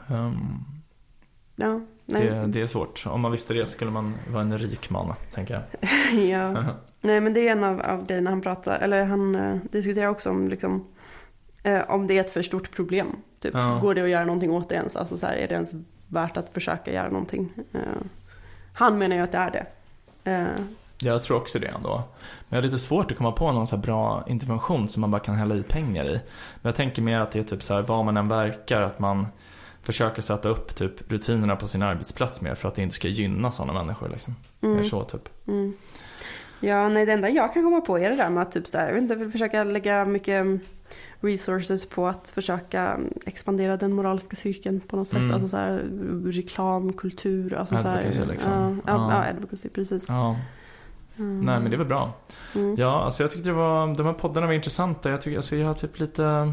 Um, Ja, nej. det, det är svårt. Om man visste det skulle man vara en rik man, tänker jag. Ja. Nej, men det är en av, av grejerna han pratar, eller han uh, diskuterar också om liksom, uh, om det är ett för stort problem. Typ, Ja. går det att göra någonting åt det ens? Alltså så här, är det ens värt att försöka göra någonting? Uh, han menar ju att det är det. Uh, Jag tror också det ändå. Men jag har lite svårt att komma på någon så här bra intervention som man bara kan hälla i pengar i. Men jag tänker mer att det är typ så här, vad man än verkar, att man försöker sätta upp typ rutinerna på sin arbetsplats mer för att det inte ska gynna sådana människor liksom. Mm. Det är så typ. Mm. Ja, nej, det enda jag kan komma på är det där med att typ så här, jag vet inte, försöka lägga mycket resources på att försöka expandera den moraliska cirkeln på något sätt. Mm. Alltså så här, reklam, kultur, alltså Advocacy, så här, liksom. ja, ja, Ja. ja, advocacy, precis. Ja. Mm. Nej, men det är väl bra. Mm. Ja, alltså jag tyckte det var, de här poddarna var intressanta. Jag tycker, alltså jag har typ lite...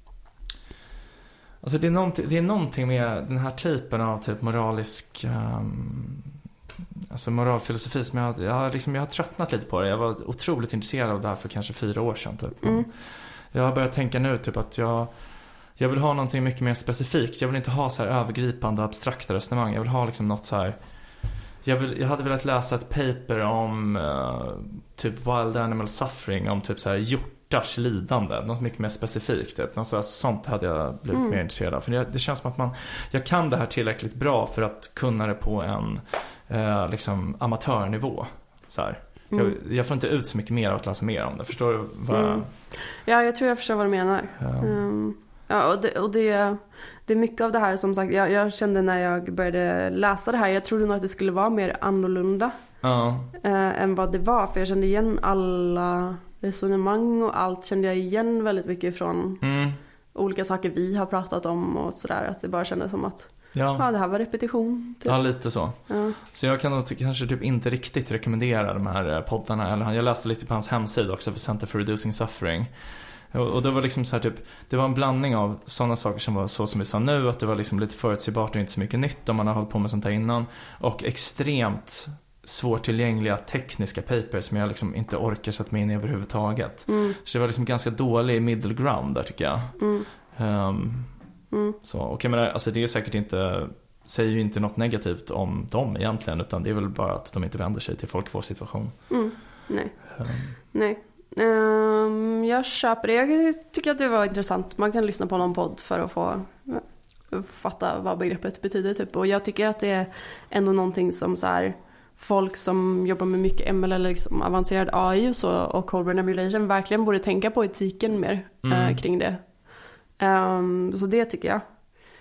Alltså det är, någonting, det är någonting med den här typen av typ moralisk... Um, alltså moralfilosofi som jag, jag, har liksom, jag har tröttnat lite på det. Jag var otroligt intresserad av det här för kanske fyra år sedan typ. Mm. Jag har börjat tänka nu typ att jag... Jag vill ha någonting mycket mer specifikt. Jag vill inte ha så här övergripande, abstrakta resonemang. Jag vill ha liksom något så här... Jag, vill, jag hade velat läsa ett paper om uh, typ wild animal suffering, om typ så här hjortars lidande, något mycket mer specifikt typ. Något så här, sånt hade jag blivit Mm. mer intresserad av. För det, det känns som att man, jag kan det här tillräckligt bra för att kunna det på en uh, liksom amatörnivå så här. Mm. Jag, jag får inte ut så mycket mer av att läsa mer om det. Förstår du vad Mm. Ja, jag tror jag förstår vad du menar. uh, Um, ja, och, det, och det, det är mycket av det här som sagt, jag, jag kände när jag började läsa det här, jag trodde nog att det skulle vara mer annorlunda uh, eh, än vad det var, för jag kände igen alla resonemang och allt kände jag igen väldigt mycket från mm, olika saker vi har pratat om och sådär, att det bara kändes som att ja. ja, det här var repetition typ. Ja, lite så. Ja. Så jag kan nog ty- kanske typ inte riktigt rekommendera de här eh, poddarna. Eller han- jag läste lite på hans hemsida också för Center for Reducing Suffering. Och, och det var liksom så här typ, det var en blandning av sådana saker som var så som vi sa nu, att det var liksom lite förutsägbart och inte så mycket nytt om man har hållit på med sånt här innan. Och extremt svårtillgängliga tekniska papers som jag liksom inte orkar sätta mig in i överhuvudtaget. Mm. Så det var liksom ganska dålig middle ground där, tycker jag. Mm. Um, Mm. så, och jag menar, alltså det är säkert inte, säger ju inte något negativt om dem egentligen, utan det är väl bara att de inte vänder sig till folk i vår situation. Mm. Nej. Um, Nej. Ehm, jag köper det. Jag tycker att det var intressant. Man kan lyssna på någon podd för att få ja, fatta vad begreppet betyder typ. Och jag tycker att det är ändå någonting som så här, folk som jobbar med mycket M L eller liksom avancerad A I och så, och cold brain emulation verkligen borde tänka på etiken mer Mm. eh, kring det. Ehm, så det tycker jag.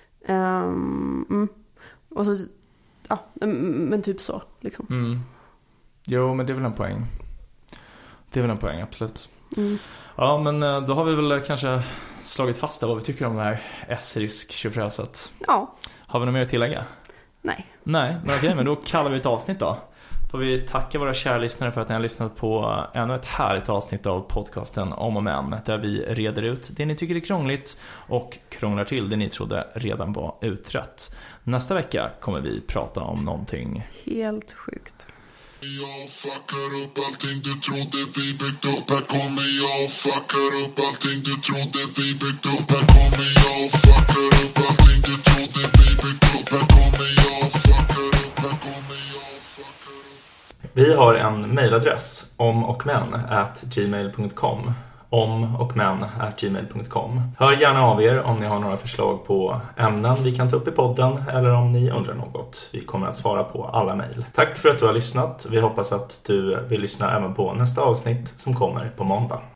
Ehm, mm. Och så ja, men typ så liksom. mm. Jo, men det är väl en poäng. Det är väl en poäng, absolut. Mm. Ja, men eh, då har vi väl kanske slagit fast vad vi tycker om det här S-risk tjofräset. Ja, Har vi något mer att tillägga? nej. Nej, men okej, men då kallar vi ett avsnitt då. Får vi tacka våra kära lyssnare för att ni har lyssnat på ännu ett härligt avsnitt av podcasten Om och Men, där vi reder ut det ni tycker är krångligt och krånglar till det ni trodde redan var utrett. Nästa vecka kommer vi prata om någonting Helt sjukt. Jag fuckar upp allting du trodde vi byggt upp. Här kommer jag och fuckar upp allting du trodde vi byggt upp. Här kommer jag och fuckar upp allting du trodde vi byggt upp. Här kommer jag och fuckar upp. Här kommer jag och fuckar upp. Vi har en mejladress, omochmän at gmail punkt com. omochmän at gmail punkt com. Hör gärna av er om ni har några förslag på ämnen vi kan ta upp i podden, eller om ni undrar något. Vi kommer att svara på alla mejl. Tack för att du har lyssnat. Vi hoppas att du vill lyssna även på nästa avsnitt som kommer på måndag.